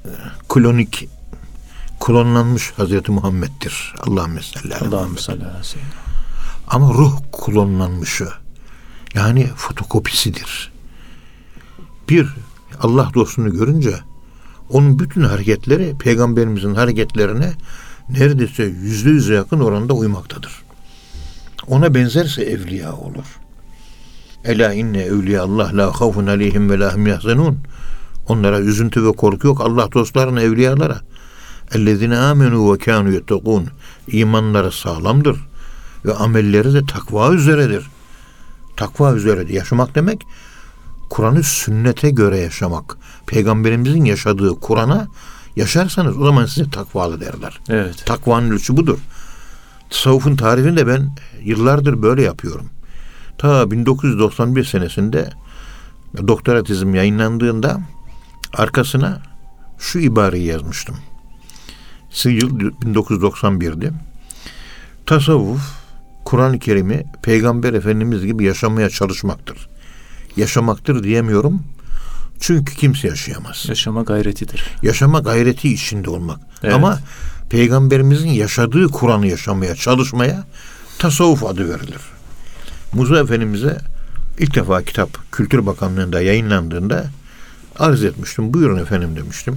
klonlanmış Hazreti Muhammed'dir. Allahümme salli aleyhi. Ama ruh klonlanmışı. Yani fotokopisidir. Bir Allah dostunu görünce onun bütün hareketleri Peygamberimizin hareketlerine neredeyse %100'e yakın oranda uymaktadır. Ona benzerse evliya olur. Ela inne evliya Allah la havfun aleyhim ve la hum yahzanun. Onlara üzüntü ve korku yok. Allah dostlarına, evliyalara. Ellezine amenu ve kanu yettekun. İmanları sağlamdır ve amelleri de takva üzeredir. Takva üzere yaşamak demek Kur'an'ı sünnete göre yaşamak. Peygamberimizin yaşadığı Kur'an'a yaşarsanız o zaman size takvalı derler. Evet. Takvanın ölçüsü budur. Tasavvufun tarifini de ben yıllardır böyle yapıyorum. Ta 1991 senesinde doktora tezim yayınlandığında arkasına şu ibareyi yazmıştım. Yıl 1991'di. Tasavvuf, Kur'an-ı Kerim'i Peygamber Efendimiz gibi yaşamaya çalışmaktır. Yaşamaktır diyemiyorum. Çünkü kimse yaşayamaz. Yaşama gayretidir. Yaşama gayreti içinde olmak. Evet. Ama Peygamberimizin yaşadığı Kur'an'ı yaşamaya, çalışmaya tasavvuf adı verilir. Musa Efendimiz'e ilk defa kitap Kültür Bakanlığı'nda yayınlandığında arz etmiştim. Buyurun efendim demiştim.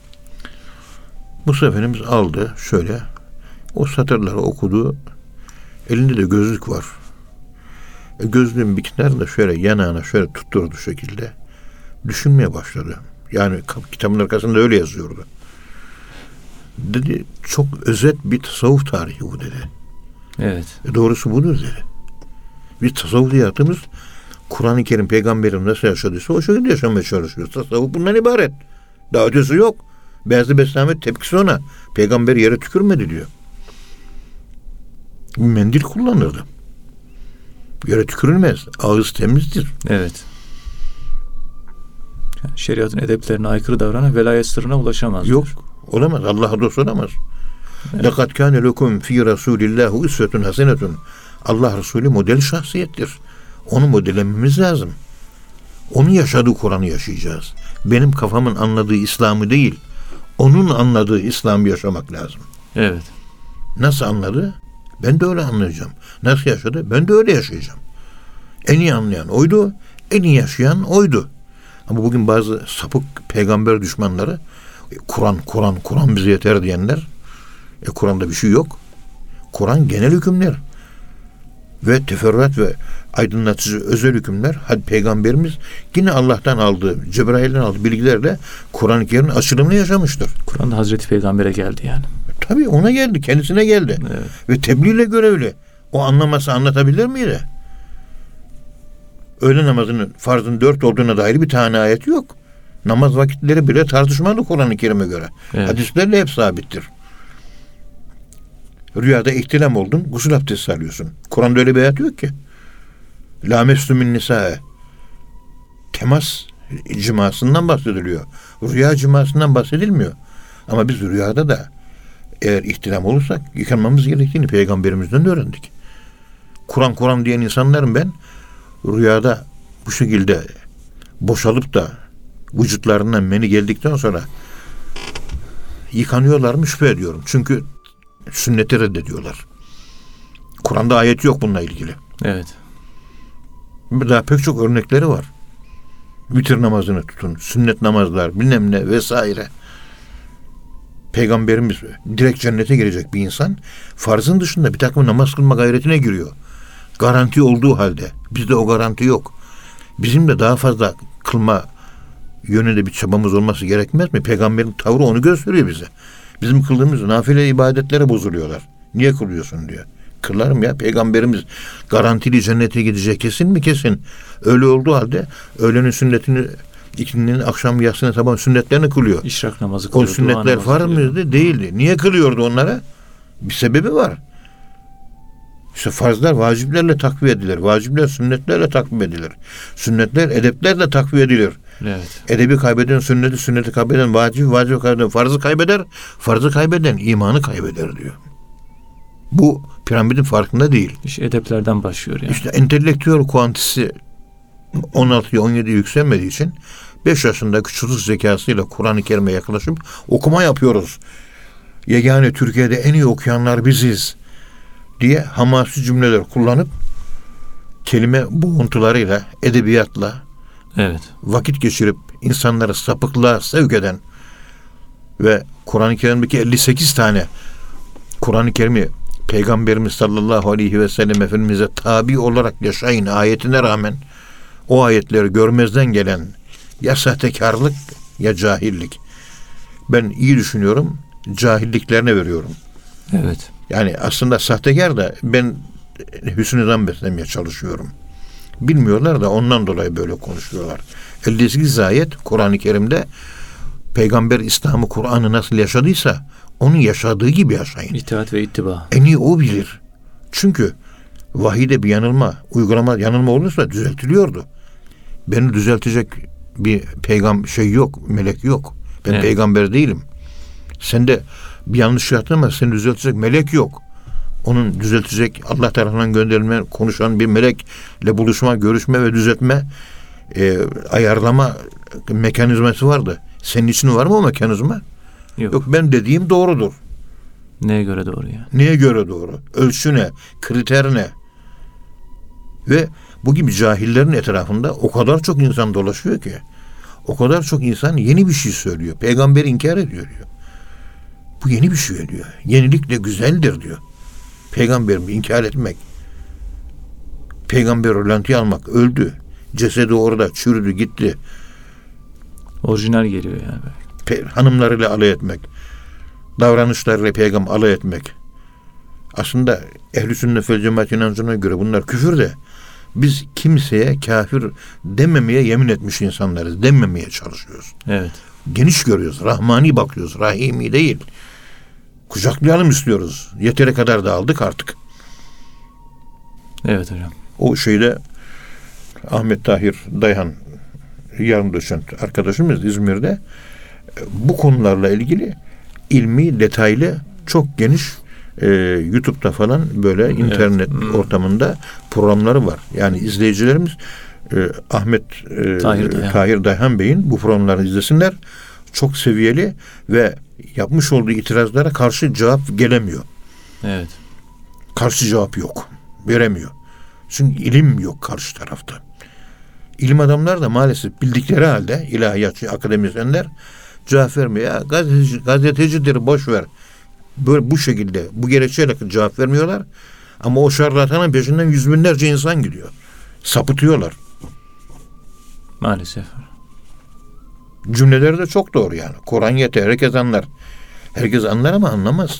Musa Efendimiz aldı şöyle. O satırları okudu. Elinde de gözlük var. Gözlüğün bir kenarında şöyle yanağına şöyle tutturdu şekilde. Düşünmeye başladı. Yani kitabın arkasında öyle yazıyordu. Dedi çok özet bir tasavvuf tarihi bu dedi. Evet. Doğrusu budur dedi. Biz tasavvuf hayatımız Kur'an-ı Kerim peygamberin nasıl yaşadıysa o şekilde yaşamaya çalışıyoruz. Tasavvuf bundan ibaret. Daha ötesi yok. Beyazlı Beslenme tepkisi ona. Peygamber yere tükürmedi diyor. Mendil kullanırdı. Yere tükürülmez. Ağız temizdir. Evet. Yani şeriatın edeplerine aykırı davranan velayet sırrına ulaşamaz. Yok. Olamaz. Allah'a dost olamaz. لَقَدْ كَانَ لَكُمْ فِي رَسُولِ اللّٰهُ اِسْوَةٌ حَسَنَةٌ Allah Resulü model şahsiyettir. Onu modellememiz lazım. Onun yaşadığı Kur'an'ı yaşayacağız. Benim kafamın anladığı İslam'ı değil, onun anladığı İslam'ı yaşamak lazım. Evet. Nasıl anladı? Ben de öyle anlayacağım. Nasıl yaşadı? Ben de öyle yaşayacağım. En iyi anlayan oydu, en iyi yaşayan oydu. Ama bugün bazı sapık peygamber düşmanları Kur'an bize yeter diyenler, Kur'an'da bir şey yok. Kur'an genel hükümler ve teferruat ve aydınlatıcı özel hükümler. Hadi peygamberimiz yine Allah'tan aldığı, Cebrail'den aldığı bilgilerle Kur'an-ı Kerim'in açılımını yaşamıştır. Kur'an'da Hazreti Peygamber'e geldi yani. Tabii ona geldi, kendisine geldi. Evet. Ve tebliğle görevli. O anlamasa anlatabilir miydi? Öğle namazının farzın 4 olduğuna dair bir tane ayet yok. Namaz vakitleri bile tartışmalı Kur'an-ı Kerim'e göre. Evet. Hadislerle hep sabittir. Rüyada ihtilam oldun, gusül abdesti alıyorsun. Kur'an'da öyle bir ayet yok ki. La meslu min nisa'e. Temas cimasından bahsediliyor. Rüya cimasından bahsedilmiyor. Ama biz rüyada da eğer ihtilam olursak yıkanmamız gerektiğini peygamberimizden de öğrendik. Kur'an diyen insanların ben rüyada bu şekilde boşalıp da vücutlarından meni geldikten sonra yıkanıyorlar mı şüphe ediyorum. Çünkü sünneti reddediyorlar. Kur'an'da ayet yok bununla ilgili. Evet. Daha pek çok örnekleri var. Vitir namazını tutun, sünnet namazlar, bilmem ne vesaire. Peygamberimiz direkt cennete girecek bir insan farzın dışında bir takım namaz kılma gayretine giriyor. Garanti olduğu halde. Bizde o garanti yok. Bizim de daha fazla kılma yönünde bir çabamız olması gerekmez mi? Peygamberin tavrı onu gösteriyor bize. Bizim kıldığımız nafile ibadetlere bozuluyorlar. Niye kılıyorsun diyor. Kılarım ya. Peygamberimiz garantili cennete gidecek kesin mi? Kesin. Öyle olduğu halde öğlenin sünnetini, ikindinin akşam yatsını sabah sünnetlerini kılıyor. İşrak namazı kılıyor. O sünnetler farz mıydı? Değildi. Niye kılıyordu onlara? Bir sebebi var. İşte farzlar vaciplerle takviye edilir. Vacipler sünnetlerle takviye edilir. Sünnetler edeplerle takviye edilir. Evet. Edebi kaybeden sünneti, sünneti kaybeden vacibi kaybeden farzı kaybeder. Farzı kaybeden imanı kaybeder diyor. Bu piramidin farkında değil. İşte edeplerden başlıyor yani. İşte entelektüel kuantisi 16'ya 17'ye yükselmediği için 5 yaşındaki çocuk zekasıyla Kur'an-ı Kerim'e yaklaşıp okuma yapıyoruz. Yegane Türkiye'de en iyi okuyanlar biziz diye hamasi cümleler kullanıp kelime boğuntularıyla, edebiyatla Evet. vakit geçirip insanları sapıklığa sevk eden ve Kur'an-ı Kerim'deki 58 tane Kur'an-ı Kerim'i Peygamberimiz sallallahu aleyhi ve sellem Efendimiz'e tabi olarak yaşayın ayetine rağmen o ayetleri görmezden gelen ya sahtekarlık ya cahillik. Ben iyi düşünüyorum, cahilliklerine veriyorum. Evet. Yani aslında sahtekar da ben hüsnü zan beslemeye çalışıyorum. Bilmiyorlar da ondan dolayı böyle konuşuyorlar. 58 ayet Kur'an-ı Kerim'de Peygamber İslam'ı, Kur'an'ı nasıl yaşadıysa onun yaşadığı gibi yaşayın. İtaat ve ittiba. En iyi o bilir. Çünkü vahide bir yanılma olursa düzeltiliyordu. Beni düzeltecek bir melek yok. Ben peygamber değilim. Sende bir yanlış yaptın ama seni düzeltecek melek yok. Onun düzeltecek Allah tarafından gönderilme, konuşan bir melekle buluşma, görüşme ve düzeltme ayarlama mekanizması vardı. Senin için var mı o mekanizma? Yok, ben dediğim doğrudur. Neye göre doğru yani? Neye göre doğru? Ölçü ne? Kriter ne? Ve bu gibi cahillerin etrafında o kadar çok insan dolaşıyor ki, o kadar çok insan yeni bir şey söylüyor. Peygamberi inkar ediyor diyor. Bu yeni bir şey diyor. Yenilik de güzeldir diyor. Peygamberimi inkar etmek Peygamber rölantiye almak, öldü. Cesedi orada çürüdü gitti. Orijinal geliyor yani. Hanımlarıyla alay etmek, davranışlarıyla peygamber alay etmek. Aslında ehl-i sünnet vel cemaat inancına göre bunlar küfür de biz kimseye kafir dememeye yemin etmiş insanlarız. Dememeye çalışıyoruz. Evet. Geniş görüyoruz. Rahmani bakıyoruz. Rahimi değil. Kucaklayalım istiyoruz. Yeteri kadar da aldık artık. Evet hocam. O şeyde Ahmet Tahir Dayhan yarım doçent arkadaşımız İzmir'de bu konularla ilgili ilmi, detaylı, çok geniş YouTube'da falan böyle internet ortamında programları var. Yani izleyicilerimiz Ahmet Tahir Dayhan Bey'in bu programlarını izlesinler. Çok seviyeli ve yapmış olduğu itirazlara karşı cevap gelemiyor. Evet. Karşı cevap yok. Veremiyor. Çünkü ilim yok karşı tarafta. İlim adamlar da maalesef bildikleri halde ilahiyatçı akademisyenler cevap vermiyor. Ya gazetecidir boş ver. Böyle bu şekilde bu gerekçeyle cevap vermiyorlar. Ama o şarlatanın peşinden yüz binlerce insan gidiyor. Sapıtıyorlar. Maalesef. Cümleleri de çok doğru yani. Kur'an yeter. Herkes anlar. Herkes anlar ama anlamaz.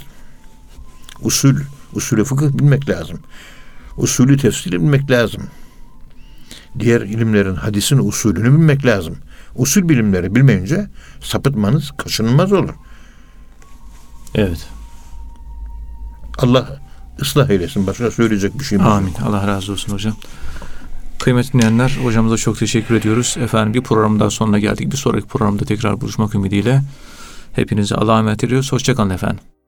Usulü fıkıh bilmek lazım. Usulü tefsir bilmek lazım. Diğer ilimlerin hadisin usulünü bilmek lazım. Usul bilimleri bilmeyince sapıtmanız kaçınılmaz olur. Evet. Allah ıslah eylesin. Başka söyleyecek bir şeyimiz yok. Amin. Allah razı olsun hocam. Kıymetli dinleyenler, hocamıza çok teşekkür ediyoruz. Efendim bir program daha sonuna geldik. Bir sonraki programda tekrar buluşmak ümidiyle hepinize Allah'a emanet ediyoruz. Hoşça kalın efendim.